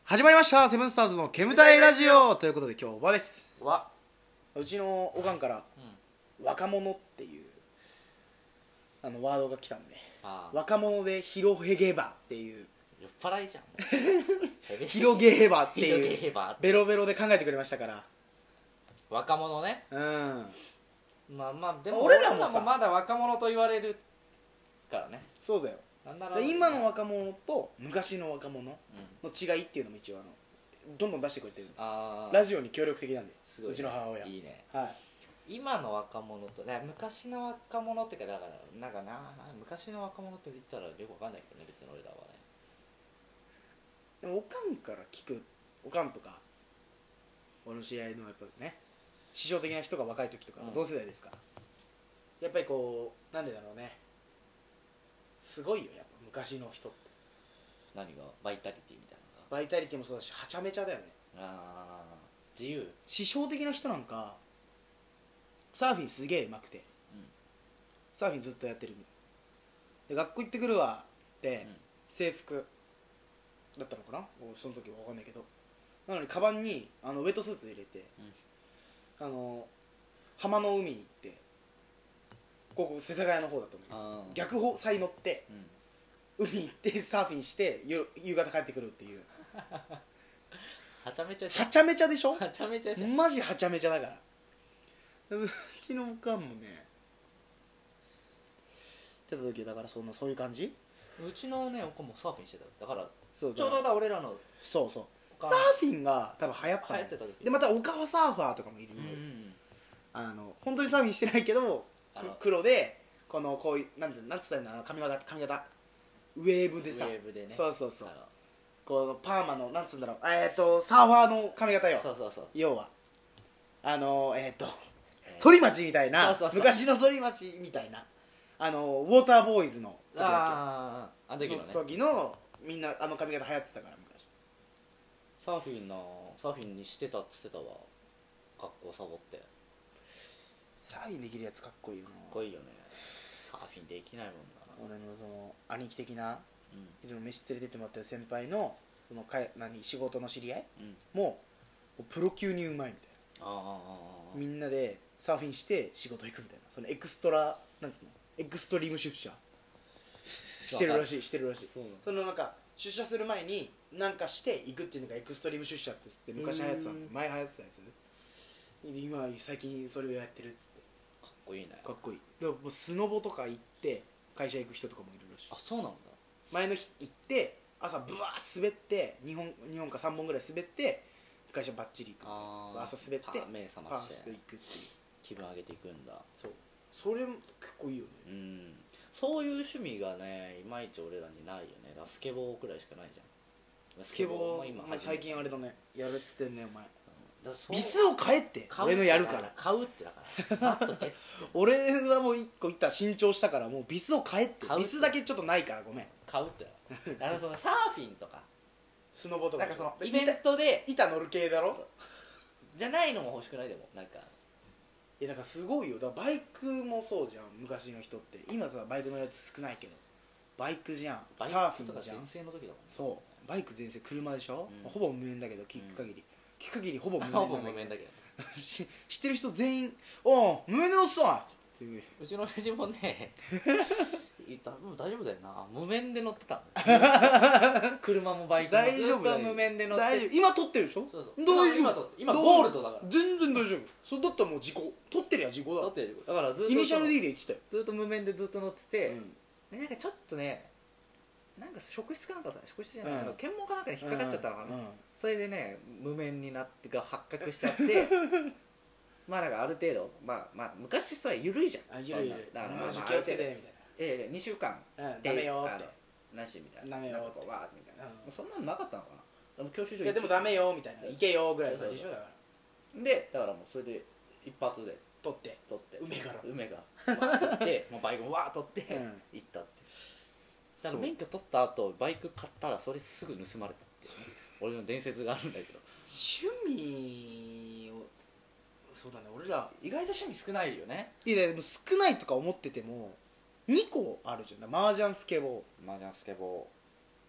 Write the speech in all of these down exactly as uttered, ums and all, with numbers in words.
始まりましたセブンスターズの煙たいラジオということで、今日おばです。 わうちのおかんから、うん、若者っていうあのワードが来たんで、あ若者で広げばっていう酔っ払いじゃん広げばっていうベロベロで考えてくれましたから。 若者ね。 うん。 まあまあでも俺らもさまだ若者と言われるからね。 そうだよ。なんなら今の若者と昔の若者の違いっていうのも一応あのどんどん出してくれてるんで、あラジオに協力的なんで、すごい、ね、うちの母親いいね、 はい、 今の若者と昔の若者ってかだからなんかな昔の若者って言ったらよくわかんないけどね、別に俺らはね。 でもおかんから聞く、おかんとか俺の知り合いのやっぱね師匠的な人が若い時とか同世代ですから、うん、やっぱりこうなんでだろうね、すごいよやっぱ昔の人って。 何がバイタリティみたいな。 バイタリティもそうだしはちゃめちゃだよね。 ああ自由。 師匠的な人なんかサーフィンすげえうまくて、うん、サーフィンずっとやってるみたいで、学校行ってくるわっつって、うん、制服だったのかなその時は分かんないけど、なのにカバンにあのウェットスーツ入れて、うん、あの浜の海に行って、ここ世田谷の方だったんだけど逆方さい乗って、うん、海行ってサーフィンして夕方帰ってくるっていうはちゃめちゃはちゃめちゃでしょ。 はちゃめちゃじゃんマジはちゃめちゃだから。うちのおかんもね出た時だからそんなそういう感じ。 うちのねおかんもサーフィンしてた。だからそうだちょうどだ俺らのそうそうサーフィンが多分流行ったの流行ってた時で、またお川サーファーとかもいる、うんうん、あの本当にサーフィンしてないけど黒でこのこういうなんてなんつったらいいんだ髪型髪型ウェーブでさ、 ウェーブでね、そうそうそうこのパーマのなんつうんだろう、えっ、ー、とサーファーの髪型よ。 そうそうそう、 要はあのえっ、ー、と反町みたいな、そうそうそう昔の反町みたいなあのウォーターボーイズの時だっけ、 ああの時のね時のみんなあの髪型流行ってたから昔。 サーフィンなサーフィンにしてたっつってたわ、格好サボって。 サーフィンできるやつかっこいいよな。かっこいいよね。サーフィンできないもんな。 俺のその兄貴的な、うん、いつも飯連れてってもらってる先輩のそのか何仕事の知り合い、うん、もうプロ級にうまいみたいな。ああみんなでサーフィンして仕事行くみたいな、そのエクストラなんつうのエクストリーム出社してるらしいしてるらしい。そ, そのなんか出社する前に何かして行くっていうのがエクストリーム出社ってって昔流行ってたの、前流行ってたやつ今最近それをやってるっつって。 かっこいいね。 かっこいい。でもスノボとか行って会社行く人とかもいるらしい。 あ、そうなんだ。 前の日行って朝ブワー滑ってにほんにほんかさんぼんぐらい滑って会社バッチリ行くみたいな。朝滑って目覚パーましてスト行くっていう気分上げていくんだ。 そうそれも結構いいよね。 うん、そういう趣味がねいまいち俺らにないよね。だスケボーくらいしかないじゃん。 スケボー今最近あれだねやるっつってんねお前。ビスを買えって俺のやるから買うってだからバッとけっつって俺はもう一個いった新調したからもうビスを買えってビスだけちょっとないからごめん買うってだからそのサーフィンとかスノボとかなんかそのイベントで板乗る系だろじゃないのも欲しくないでもなんかえなんかすごいよ。だからバイクもそうじゃん昔の人って。今さバイク乗るやつ少ないけどバイクじゃんサーフィンじゃん。 全盛の時だもん、ね、 そうバイク全盛車でしょ、うん、ほぼ無縁だけど聞く限り、うん聞く限りほぼ無縁なんだけど知ってる人全員「おう無縁のおっさん!」っていう。 うちの親父もねもう大丈夫だよな無免で乗ってた車もバイクもずっと無免で乗って大丈夫今撮ってるでしょ。そうそう大丈夫今ゴールドだから全然大丈夫。それだったらもう事故撮ってるや事故だ。 撮ってるだからずっとイニシャル D で言ってたよ。 ずっと無免でずっと乗ってて、うん、なんかちょっとねなんか職質かなんかさ職質じゃない、うん、検問かなんかに引っかかっちゃったのかな、うんうん、それでね無免になってが発覚しちゃってまあなんかある程度まあまあ昔それ緩いじゃん。あ緩い緩いだからまあまあ気をつけてみたいなええにしゅうかんで、うん、ダメよってなしみたいなダメよってわーみたいな、うん、そんなのなかったのかな。でも教習所いやでもダメよみたいな行けよぐらいの感じでしょ。だからでだからもうそれで一発で取って取って梅から梅がわー取ってもうバイクもわー取って、うん、行ったってだから免許取った後バイク買ったらそれすぐ盗まれたっていうね俺の伝説があるんだけど趣味をそうだね俺ら意外と趣味少ないよね。 いやでも少ないとか思っててもにこあるじゃん。麻雀スケボー麻雀スケボ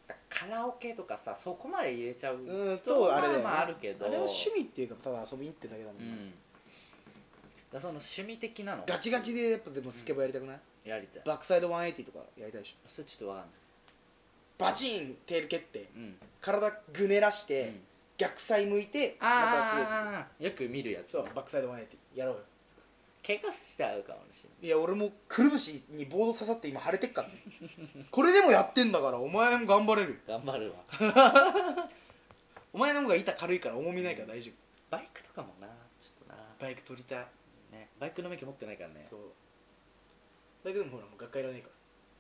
カラオケとかさそこまで入れちゃううんとあれだよね、 まあまああるけどあれは趣味っていうかただ遊びに行ってるだけだもんね、 うん、だその趣味的なのガチガチでやっぱでもスケボーやりたくない、 やりたい。 バックサイドひゃくはちじゅうとかやりたいでしょ。 それちょっとわかんない。 バチンテール蹴って、 うん、 体ぐねらして、 うん、 逆サイ向いてまた滑ってああよく見るやつ、 そうバックサイドひゃくはちじゅうやろうよ。 怪我しちゃうかもしれない。 いや俺もくるぶしにボード刺さって今腫れてっからねこれでもやってんだからお前も頑張れる。 頑張るわお前の方が板軽いから重みないから大丈夫、 バイクとかもなちょっとな、 バイク取りたい、 ね、バイクの免許持ってないからね。 そうだけどもほらもう学会いらねえから。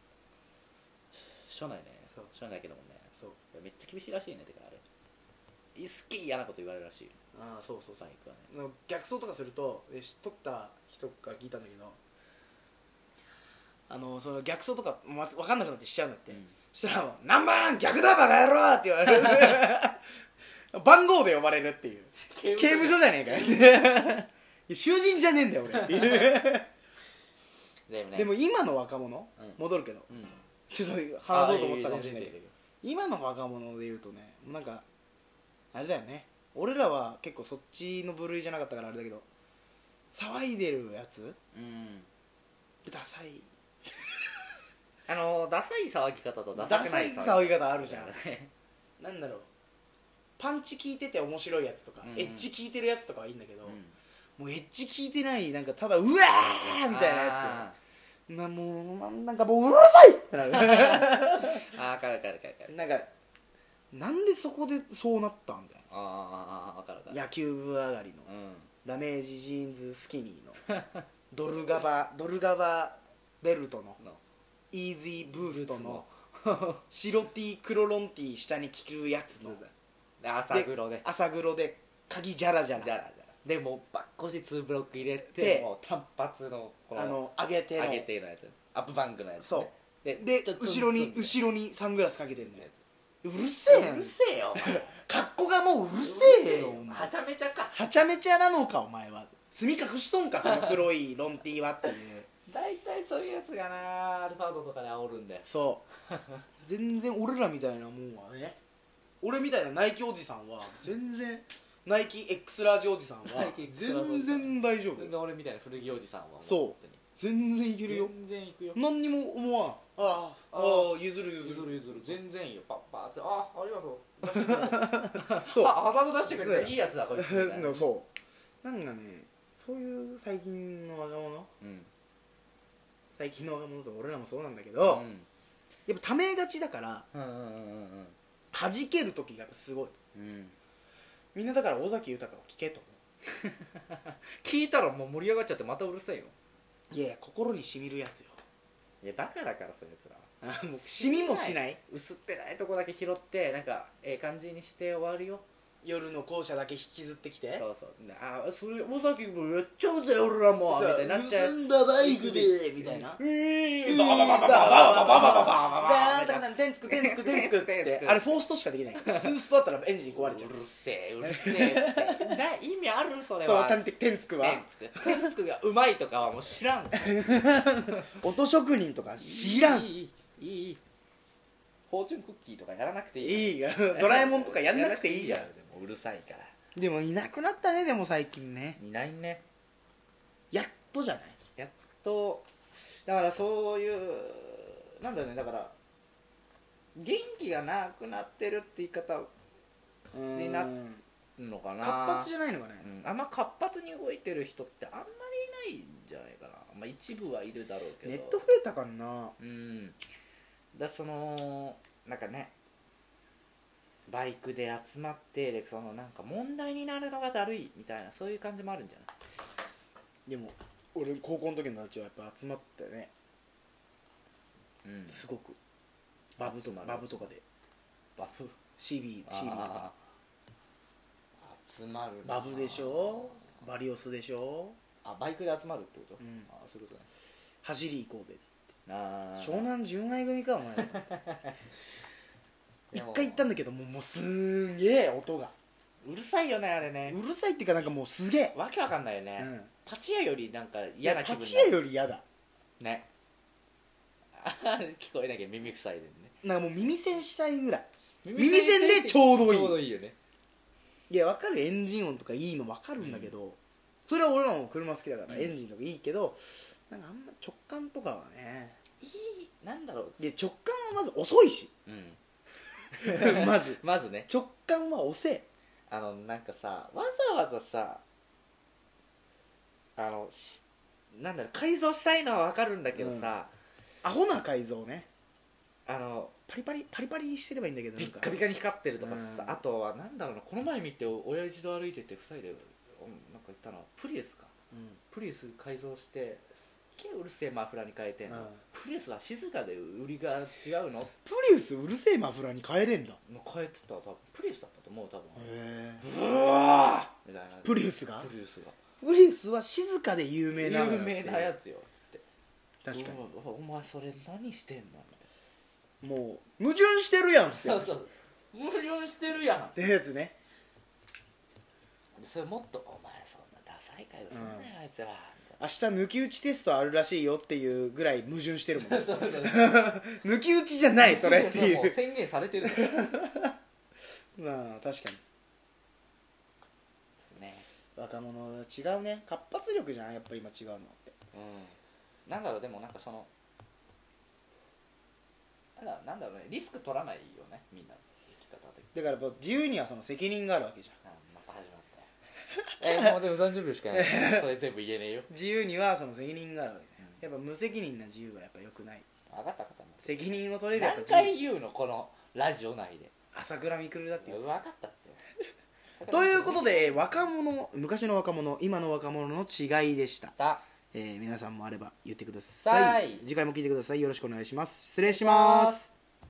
しょうないね。 そうしょうないけどもね、 そうめっちゃ厳しいらしいね。てかあれすっげえ嫌なこと言われるらしいよ、 ああそうそうそうバイクはね。 逆走とかするとで取った人から聞いたんだけど、あのその逆走とか、ま、分かんなくなってしちゃうんだって、うん、そしたらもう何番逆だバカ野郎って言われる番号で呼ばれるっていう刑務所じゃねえかよ囚人じゃねえんだよ俺っていうでもね、 でも今の若者、うん、戻るけど、うん、ちょっと話そうと思ってたかもしれないけど、今の若者で言うとね、なんかあれだよね、俺らは結構そっちの部類じゃなかったからあれだけど、騒いでるやつ、うん、ダサいあのダサい騒ぎ方とダサくない騒ぎ方あるじゃんなんだろう、パンチ効いてて面白いやつとか、うん、エッジ効いてるやつとかはいいんだけど、うん、もうエッジ効いてないなんかただうわーみたいなやつな、もうなんかもううるさいってなるあーかるかるかるかる、 なんかなんでそこでそうなったんだよ。 ああ分かる分かる。 野球部上がりの、うん、ダメージジーンズスキニーのドルガバドルガバベルトのイージーブーストの白 T 黒ロン T 下に着るやつの朝黒で朝黒で鍵ジャラジャラジャラジャラでもうバッコシツーブロック入れてもう単発のこのあの上げての上げてのやつアップバンクのやつ、ね、 そうでで後ろに後ろにサングラスかけてんだよ。うるせえうるせえよ格好がもううるせえよはちゃめちゃかはちゃめちゃなのかお前は。墨隠しとんかその黒いロンティーはっていう大体そういうやつがなアルファードとかで煽るんで、 そう全然俺らみたいなもんはね、俺みたいなナイキおじさんは全然ナイキ X ラージおじさんは全然大丈夫。 俺みたいな古着おじさんはそう全然いけるよ。 全然いくよ。 何にも思わん。ああああ譲る譲る譲る譲る全然いいよ。パッパーってあありがとう出してくれそうあハザード出してくれていいやつだこいつみたいなそうなんかねそういう最近の若者、うん、最近の若者と俺らもそうなんだけど、うん、やっぱためがちだから、うんうんうんうん、弾ける時がすごい、うん、みんなだから尾崎豊を聞けと思う聞いたらもう盛り上がっちゃってまたうるさいよ。 いやいや心にしみるやつよ。 いやバカだからそういうやつらもうしみもしない薄っぺらいとこだけ拾ってなんかええ感じにして終わるよ。 夜の校舎だけ引きずってきてそうそうあそれ尾崎もやっちゃうぜ俺らもみたいになっちゃう。 盗んだバイクでみたいなえーバババババババババババババテンつくテンつくテンつくってあれフォーストしかできないからツーストだったらエンジン壊れちゃう。 うるせえうるせえって意味あるそれは。 そうテンつくはテンつくがうまいとかはもう知らん音職人とか知らん。 いいいいフォーチュンクッキーとかやらなくていい。いいよドラえもんとかやんなくていいから。 でもうるさいから。 でもいなくなったね。でも最近ねいないね。 やっとじゃない。 やっとだからそういうなんだろうねだから元気がなくなってるって言い方になるのかな。 活発じゃないのかね、 うん、あんま活発に動いてる人ってあんまりいないんじゃないかな。まあ一部はいるだろうけどネット増えたかな。 うんだそのなんかねバイクで集まってでそのなんか問題になるのがだるいみたいなそういう感じもあるんじゃない。 でも俺高校の時の友達はやっぱ集まってね、うん、すごくバブとかバブとかでバブシービー シービー とか集まるバブでしょバリオスでしょ。 あバイクで集まるってこと、うん、あそういうことね。 走り行こうぜってあ湘南純愛組かお前一回行ったんだけどもう、もうすーげえ音がうるさいよねあれね。 うるさいっていうかなんかもうすげえわけわかんないよね、うん、パチ屋よりなんか嫌な気分。 パチ屋より嫌だね聞こえなきゃ耳塞いでるね。 なんかもう耳栓したいぐらい。 耳耳栓でちょうどいいちょうどいいよね。 いや分かる、エンジン音とかいいの分かるんだけど、うん、それは俺らも車好きだから、うん、エンジンとかいいけど、なんかあんま直感とかはね、 いい、なんだろう、 いや直感はまず遅いし、うん、まずまずね、 直感は遅え。 あのなんかさ、わざわざさ、あのなんだろう、改造したいのは分かるんだけどさ、 うん、アホな改造ね、 あのパリパリパリパリにしてればいいんだけど、 ビッカビカに光ってるとかさ、 うん、 あとはなんだろうな、この前見て親父と歩いててふたりでなんか言ったのはプリウスか、うん、プリウス改造してすっげえうるせえマフラーに変えてんの、うん、プリウスは静かで売りが違うの。 プリウスうるせえマフラーに変えれんだ。 変えてた、多分プリウスだったと思う、多分。 へえ、 うわーみたいな。 プリウスがプリウスがプリウスは静かで有名な有名なやつよっつって。 確かに、 お前それ何してんのみたいな、もう矛盾してるやんってそうそう、矛盾してるやんってやつね。 それもっと、お前そんなダサい改造すんなよ、うん、あいつら明日抜き打ちテストあるらしいよっていうぐらい矛盾してるもんねそうそう抜き打ちじゃないそれっていう、 もう宣言されてるまあ確かにね、 若者は違うね、活発力じゃんやっぱり今違うのって、 うん、なんだろう、でもなんかそのなんだろうね、リスク取らないよね、みんな生き方で。 だから自由にはその責任があるわけじゃん。 あ、また始まったよえもうでもさんじゅうびょうしかないそれ全部言えねえよ。 自由にはその責任があるわけね、うん、やっぱ無責任な自由はやっぱ良くない。 分かった方も責任を取れる。 何回言うのこのラジオ内で。 朝倉未来だって言う。 分かったってということで、若者、昔の若者、今の若者の違いでした。えー、皆さんもあれば言ってください。次回も聞いてください。よろしくお願いします。失礼します。